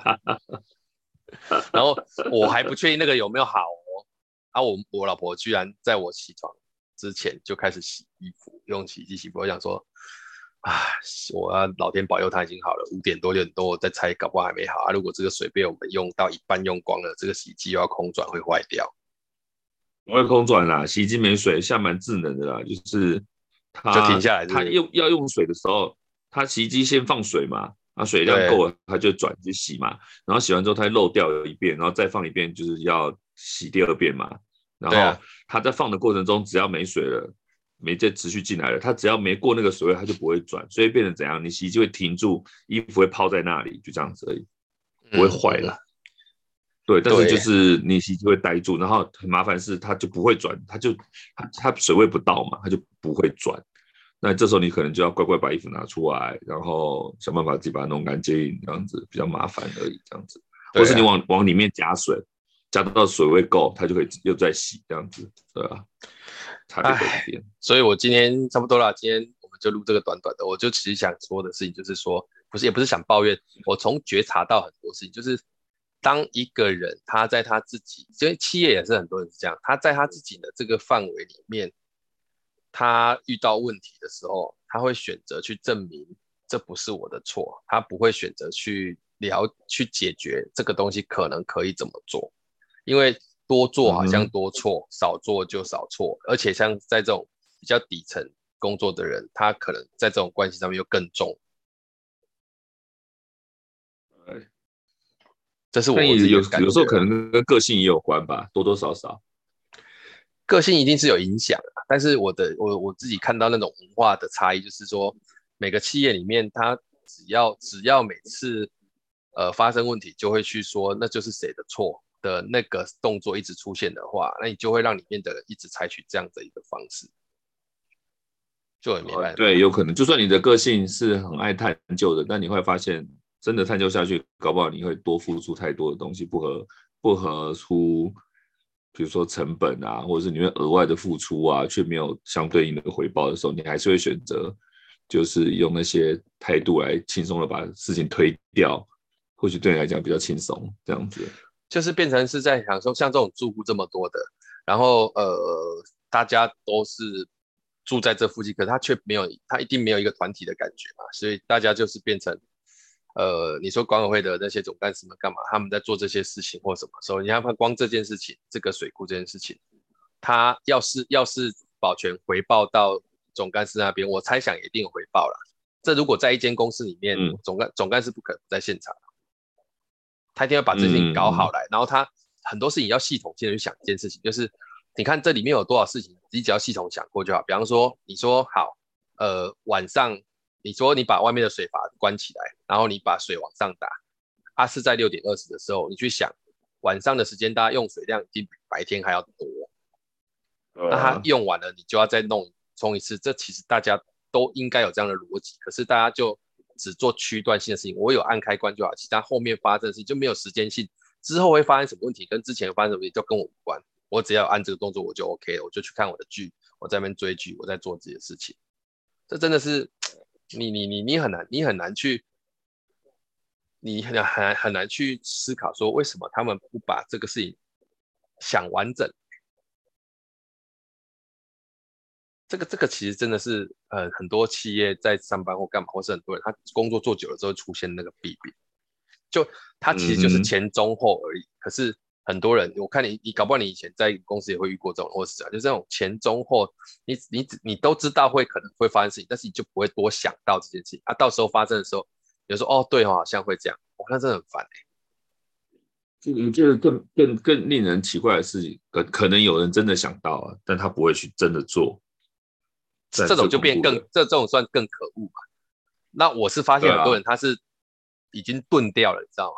然后我还不确定那个有没有好我老婆居然在我起床之前就开始洗衣服，用洗衣机洗衣服。我想说，我老天保佑他已经好了，5点多6点多我再猜，搞不好还没好啊。如果这个水被我们用到一半用光了，这个洗衣机又要空转会坏掉。 不会空转啦，洗衣机没水，下蛮智能的啦，就是它就停下来它要用水的时候，它洗衣机先放水嘛，水量够了，它就转去洗嘛，然后洗完之后它漏掉一遍，然后再放一遍，就是要洗第2遍嘛。然后它在放的过程中，只要没水了，没再持续进来了，它只要没过那个水位，它就不会转，所以变成怎样？你洗衣机会停住，衣服会泡在那里，就这样子而已，不会坏了。对，但是就是你洗衣机会呆住，然后很麻烦是它就不会转，它水位不到嘛，它就不会转。那这时候你可能就要乖乖把衣服拿出来，然后想办法自己把它弄干净，这样子比较麻烦而已，这样子。或是你往里面加水，加到水位够，它就可以又再洗，这样子，对啊，差别在这边。 所以我今天差不多了，今天我们就录这个短短的。我就其实想说的事情就是说，也不是想抱怨，我从觉察到很多事情，就是当一个人他在他自己，因为企业也是很多人是这样，他在他自己的这个范围里面，他遇到问题的时候，他会选择去证明这不是我的错，他不会选择去解决这个东西可能可以怎么做，因为多做好像多错，少做就少错，而且像在这种比较底层工作的人，他可能在这种关系上面又更重。这是我自己的感觉。 有时候可能跟个性也有关吧，多多少少。 个性一定是有影响的，但是我自己看到那种文化的差异，就是说每个企业里面，他只要每次发生问题，就会去说那就是谁的错的那个动作一直出现的话，那你就会让里面的人一直采取这样的一个方式。 就也没办法。 对，有可能，就算你的个性是很爱探究的，但你会发现，真的探究下去，搞不好你会多付出太多的东西，不合出，比如说成本啊，或者是你会额外的付出啊，却没有相对应的回报的时候，你还是会选择，就是用那些态度来轻松的把事情推掉，或许对你来讲比较轻松，这样子。 就是变成是在想说，像这种住户这么多的，然后大家都是住在这附近，可是他却没有，他一定没有一个团体的感觉嘛，所以大家就是变成你说管委会的那些总干事们干嘛？他们在做这些事情或什么时候？你看他光这件事情，这个水库这件事情，他要是保全回报到总干事那边，我猜想一定有回报啦。这如果在一间公司里面，总干事不可能不在现场。他一定要把这件事情搞好来，然后他很多事情要系统性的去想一件事情，就是你看这里面有多少事情，你只要系统想过就好。比方说，你说好，晚上你说你把外面的水阀关起来，然后你把水往上打，是在6:20的时候，你去想晚上的时间，大家用水量已经比白天还要多，那它用完了，你就要再冲一次，这其实大家都应该有这样的逻辑，可是大家就只做区段性的事情，我有按开关就好，其他后面发生的事情就没有时间性，之后会发生什么问题，跟之前发生什么问题就跟我无关，我只要按这个动作我就 OK 了，我就去看我的剧，我在那边追剧，我在做自己的事情，这真的是你很难去，你很难去思考说为什么他们不把这个事情想完整。这个其实真的是很多企业在上班或干嘛，或是很多人他工作做久了之后出现那个弊病，就他其实就是前中后而已。可是很多人，我看你搞不好你以前在公司也会遇过这种，或是就这种前中后，你都知道可能会发生事情，但是你就不会多想到这件事情啊。到时候发生的时候，有时候哦对哦，好像会这样，那真的很烦我觉得更令人奇怪的是，可能有人真的想到啊，但他不会去真的做， 这种就变这种算更可恶嘛。那我是发现很多人他是已经钝掉了，你知道吗？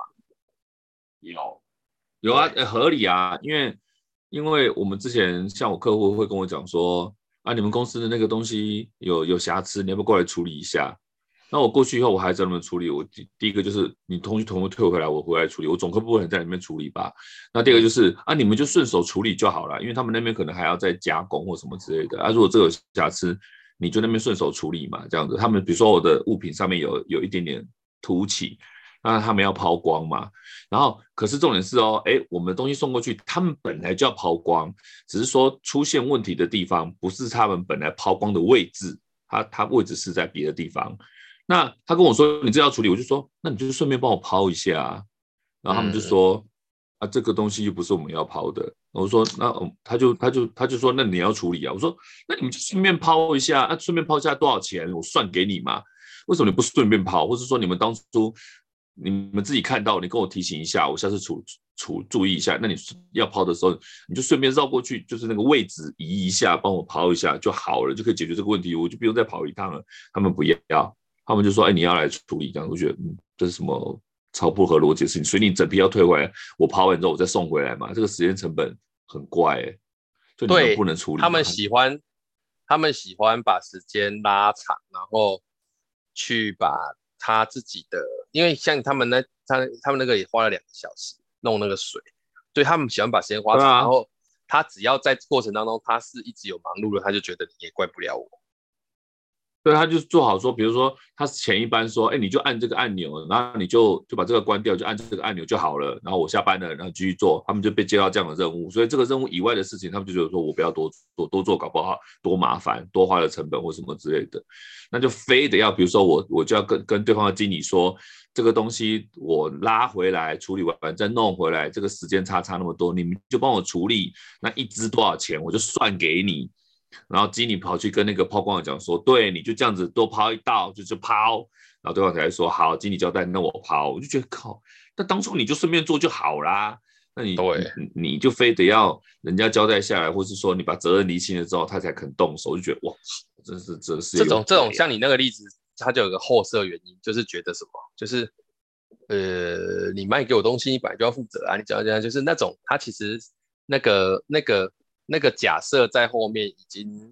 有啊，合理啊，因为我们之前像我客户会跟我讲说啊，你们公司的那个东西有瑕疵，你要不要过来处理一下？那我过去以后，我还在那边处理。我第一个就是你东西全部退回来，我回来处理。我总科不可能在里面处理吧？那第二个就是你们就顺手处理就好了，因为他们那边可能还要再加工或什么之类的。如果这个有瑕疵，你就那边顺手处理嘛，这样子。他们比如说我的物品上面有一点点凸起，那他们要抛光嘛。然后可是重点是我们的东西送过去，他们本来就要抛光，只是说出现问题的地方不是他们本来抛光的位置，它位置是在别的地方。那他跟我说你这要处理，我就说那你就顺便帮我抛一下啊。然后他们就说这个东西又不是我们要抛的。我说那他就说那你要处理啊。我说那你们就顺便抛一下，顺便抛一下多少钱我算给你嘛。为什么你不顺便抛，或是说你们当初你们自己看到，你跟我提醒一下，我下次注意一下。那你要抛的时候，你就顺便绕过去，就是那个位置移一下，帮我抛一下就好了，就可以解决这个问题，我就不用再跑一趟了。他们不要，他们就说你要来处理这样。我觉得这是什么超不合逻辑的事情？所以你整批要退回来，我抛完之后我再送回来嘛，这个时间成本很怪就你们不能处理。 他们喜欢把时间拉长，然后去把他自己的，因为像他们那个也花了2个小时弄那个水，所以他们喜欢把时间花长，然后他只要在过程当中他是一直有忙碌的，他就觉得你也怪不了我。 对，他就做好说，比如说他前一班说，你就按这个按钮，然后你就把这个关掉，就按这个按钮就好了。然后我下班了，然后继续做，他们就被接到这样的任务。所以这个任务以外的事情，他们就觉得说我不要多做，搞不好多麻烦，多花了成本或什么之类的。那就非得要，比如说我就要跟对方的经理说，这个东西我拉回来处理完再弄回来，这个时间差那么多，你们就帮我处理，那一支多少钱我就算给你。然后经理跑去跟那个抛光的讲说，对，你就这样子多抛一道就抛，然后对方才说好，经理交代，那我抛。我就觉得靠，那当初你就顺便做就好啦，那你就非得要人家交代下来，或是说你把责任厘清了之后，他才肯动手，我就觉得哇，真是这种像你那个例子，它就有个后设原因，就是觉得什么，就是你卖给我东西，你本来就要负责啊，你讲讲就是那种，他其实那个假设在后面已经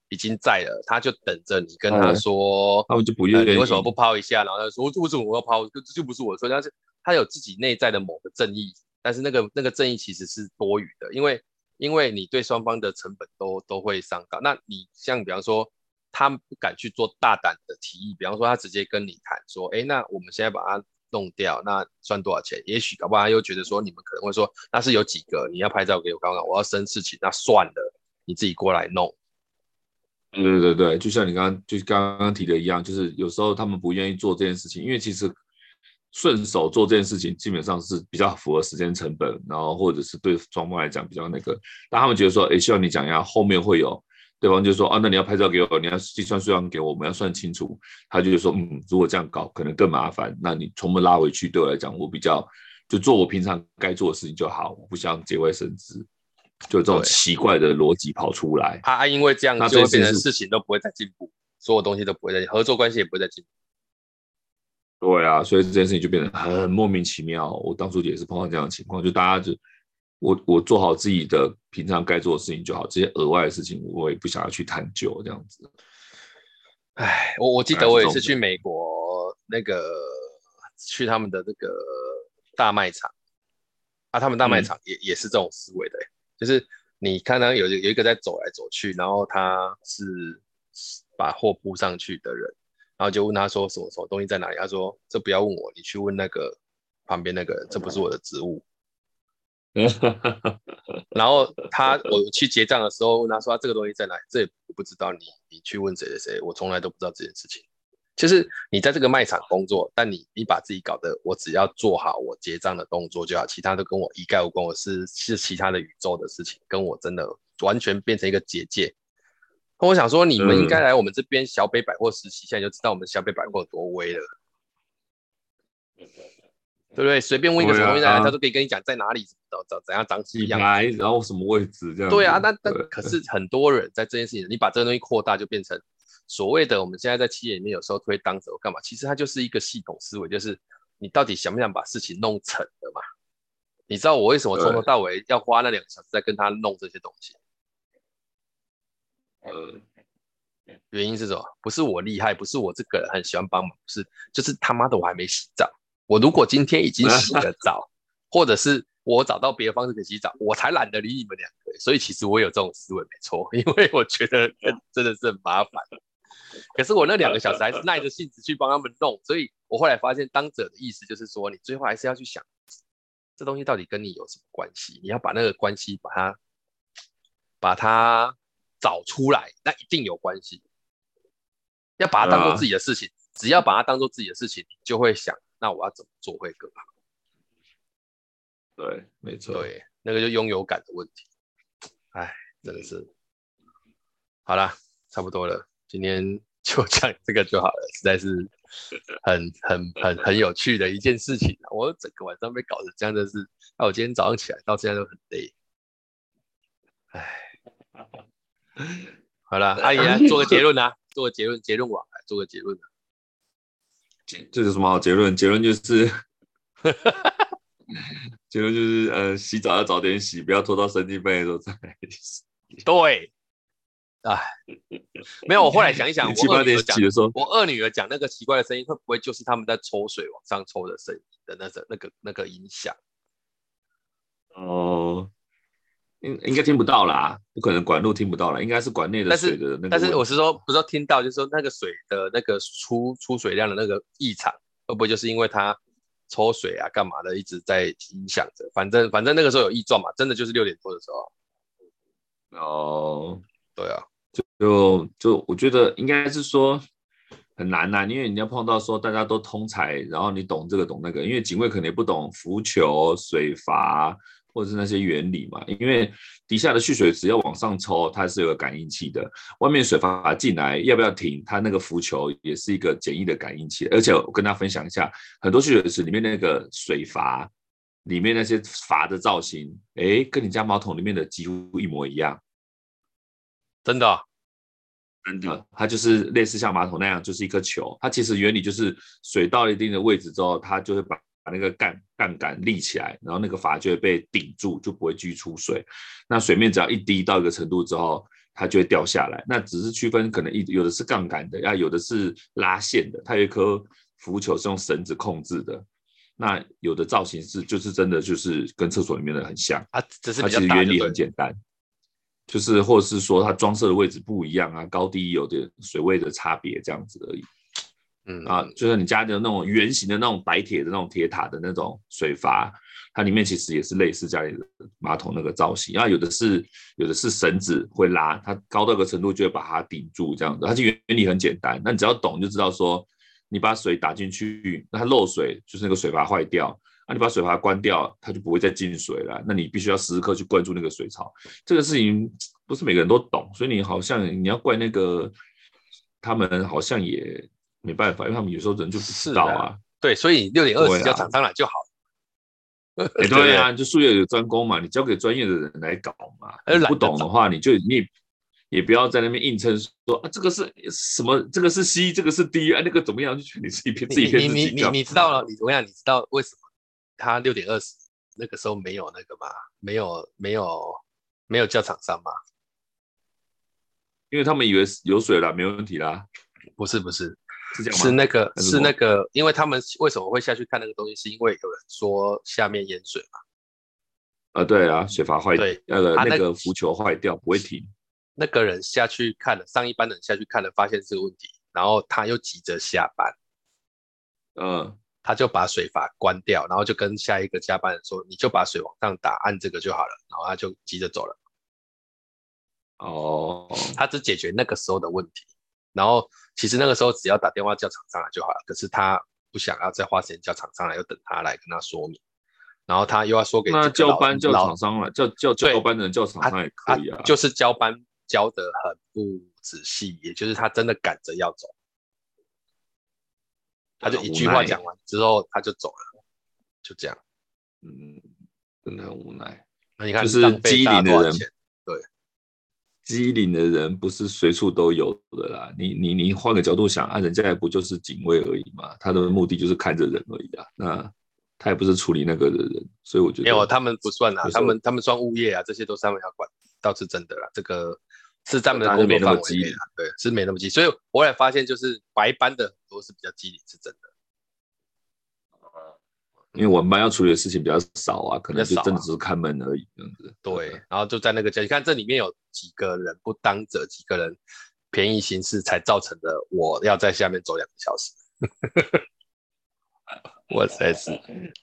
已经在了，他就等着你跟他说， 他们就不愿意， 你为什么不抛一下？然后他就说为什么我要抛？这就不是我的错。但是他有自己内在的某个正义，但是那个正义其实是多余的，因为你对双方的成本都会伤到。那你像比方说，他不敢去做大胆的提议，比方说他直接跟你谈说，哎，那我们现在把它弄掉，那算多少钱？也许搞不好他又觉得说，你们可能会说，那是有几个你要拍照给我看看，我要生事情，那算了，你自己过来弄。 对对对，就像你刚刚提的一样，就是有时候他们不愿意做这件事情，因为其实顺手做这件事情基本上是比较符合时间成本，然后或者是对双方来讲比较那个，但他们觉得说，哎，希望你讲一下，后面会有对方就说啊，那你要拍照给我，你要计算数量给我，我们要算清楚。他就说，如果这样搞可能更麻烦，那你从本拉回去，对我来讲，我比较就做我平常该做的事情就好，我不想节外生枝。就这种奇怪的逻辑跑出来， 因为这样就会变成事情都不会再进步，所有东西都不会再合作关系也不会再进步。 对啊，所以这件事情就变得很莫名其妙。我当初也是碰到这样的情况，就大家就我做好自己的平常该做的事情就好，这些额外的事情我也不想要去探究这样子。 我记得我也是去美国去他们的那个大卖场他们大卖场也是这种思维的，就是你看到有一个在走来走去，然后他是把货铺上去的人，然后就问他说什么东西在哪里，他说这不要问我，你去问那个旁边那个人，这不是我的职务。然后我去结账的时候问他说这个东西在哪里，这也不知道，你去问谁谁谁，我从来都不知道这件事情。就是你在这个卖场工作，但你把自己搞得我只要做好我结账的动作就好，其他都跟我一概无关，我是其他的宇宙的事情，跟我真的完全变成一个结界。我想说，你们应该来我们这边小北百货实习，现在就知道我们小北百货有多威了，对不对？随便问一个什么东西，他都可以跟你讲在哪里，怎样长什么样子， 然后什么位置这样。 对啊，但可是很多人在这件事情，你把这个东西扩大，就变成所谓的我们现在在企业里面有时候推当者干嘛？其实它就是一个系统思维，就是你到底想不想把事情弄成的嘛？你知道我为什么从头到尾要花那2个小时在跟他弄这些东西？原因是什么？不是我厉害，不是我这个人很喜欢帮忙，不是，就是他妈的我还没洗澡。我如果今天已经洗了澡，或者是我找到别的方式可以洗澡，我才懒得理你们2个。所以其实我有这种思维没错，因为我觉得真的是很麻烦。可是我那2个小时还是耐着性子去帮他们弄，所以我后来发现当者的意思就是说，你最后还是要去想这东西到底跟你有什么关系，你要把那个关系把它找出来，那一定有关系。要把它当做自己的事情，只要把它当做自己的事情，你就会想，那我要怎么做会更好？ 对，没错。 对，那个就拥有感的问题。真的是。好啦，差不多了，今天就讲这个就好了，实在是很有趣的一件事情。我整个晚上被搞成这样的是，我今天早上起来到现在都很累。好啦，阿姨来做个结论啊，做个结论网来做个结论。 这有什么好结论？结论就是结论就是洗澡要早点洗，不要拖到神经病的时候再来洗。 对，没有，我后来想一想， 我二女儿讲那个奇怪的声音，会不会就是他们在抽水往上抽的声音的那个影响？ 哦，应该听不到啦，不可能管路听不到啦，应该是管内的水的那个。 但是我是说，不是说听到，就是说那个水的那个出水量的那个异常，会不会就是因为它抽水啊干嘛的一直在影响着？反正那个时候有异状嘛，真的就是6点多的时候。 哦， 对啊， 就我觉得应该是说很难呐，因为你要碰到说大家都通才，然后你懂这个懂那个，因为警卫可能也不懂浮球、水阀或者是那些原理嘛，因为底下的蓄水池要往上抽，它是有个感应器的，外面水阀进来要不要停，它那个浮球也是一个简易的感应器，而且我跟大家分享一下，很多蓄水池里面那个水阀里面那些阀的造型，跟你家马桶里面的几乎一模一样。 真的啊？ 真的，它就是类似像马桶那样，就是一颗球。它其实原理就是水到了一定的位置之后，它就会把那个杠杆立起来，然后那个阀就会被顶住，就不会继续出水。那水面只要一低到一个程度之后， 它就会掉下来。那只是区分可能有的是杠杆的，有的是拉线的，它有一颗浮球是用绳子控制的。那有的造型就是真的就是跟厕所里面的很像， 只是它其实原理很简单，就是或者是说它装设的位置不一样啊，高低有点水位的差别这样子而已。就像你家的那种圆形的那种白铁的那种铁塔的那种水阀，它里面其实也是类似家里的马桶那个造型。然后有的是绳子会拉，它高到一个程度就会把它顶住这样子。它其实原理很简单，那你只要懂就知道说，你把水打进去，那它漏水就是那个水阀坏掉，那你把水阀关掉，它就不会再进水了。那你必须要时时刻去关注那个水槽，这个事情不是每个人都懂，所以你要怪那个他们好像也没办法，因为他们有时候人就不知道啊。 对，所以6.20叫厂商来就好了。 对啊，就术业有专攻嘛，你交给专业的人来搞嘛。你不懂的话，你也不要在那边硬撑说啊，这个是什么？这个是 C， 这个是 D 啊，那个怎么样？就你自己骗自己。 你知道了？我想你知道为什么他6.20那个时候没有那个吗？没有叫厂商吗？ 因为他们以为有水了，没问题啦。 不是， 是这样吗？是那个，因为他们为什么会下去看那个东西？是因为有人说下面淹水嘛。 对啊，水阀坏，那个浮球坏掉不会停。 那个人下去看了，上一班的人下去看了，发现这个问题，然后他又急着下班，他就把水阀关掉，然后就跟下一个加班人说：“你就把水往上打，按这个就好了。”然后他就急着走了。他只解决那个时候的问题，然后其实那个时候只要打电话叫厂商来就好了，可是他不想要再花时间叫厂商来，又等他来跟他说明。然后他又要说给那交班叫厂商来，交班的人叫厂商也可以啊。 就是交班交得很不仔细，也就是他真的赶着要走，他就一句话讲完之后他就走了，就这样。 真的很无奈。 那你看， 就是机灵的人， 对， 机灵的人不是随处都有的啦。你换个角度想啊，人家也不就是警卫而已嘛，他的目的就是看着人而已啊。那他也不是处理那个的人，所以我觉得没有，他们不算啊，他们算物业啊，这些都是他们要管，倒是真的啦。这个是他们的工作范围内啦，对，是没那么急。所以我也发现，就是白班的很多是比较机灵，是真的。 因为我们班要处理的事情比较少啊，可能就真的只是看门而已这样子。 对，然后就在那个家，你看这里面有几个人不当责，几个人便宜行事，才造成的我要在下面走2个小时。我实在是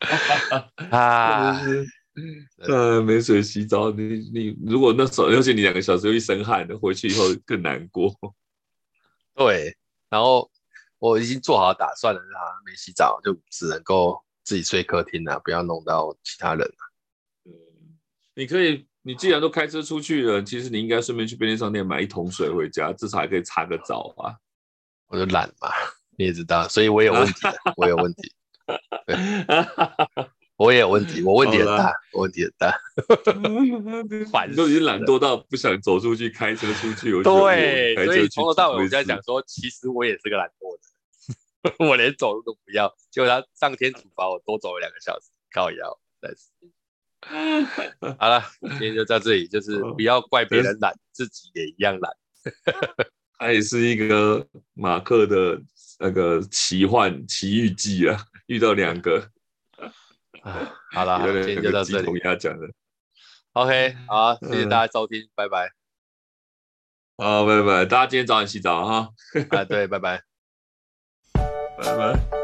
没水洗澡，你如果那时候，而且你2个小时又一身汗的，回去以后更难过。 对，然后我已经做好打算了，他没洗澡，就只能够自己睡客厅了，不要弄到其他人。 你可以，你既然都开车出去了，其实你应该顺便去便利商店买1桶水回家，至少还可以擦个澡啊。 我就懒嘛，你也知道，所以我有问题，我有问题。对，我也有问题，我问题很大，我问题很大。 你都已经懒惰到不想走出去，开车出去。 对，所以从头到尾我在讲说，其实我也是个懒惰的，我连走路都不要，结果他上天处罚我多走了2个小时，靠腰，真是。好了，今天就到这里，就是不要怪别人懒，自己也一样懒。 它也是一个马克的那个奇遇记啊，遇到2个。 好了，今天就到这里。 同鸭讲的。 OK， 好，谢谢大家收听，拜拜。 好，拜拜，大家今天早点洗澡哈。 对，拜拜， 拜拜。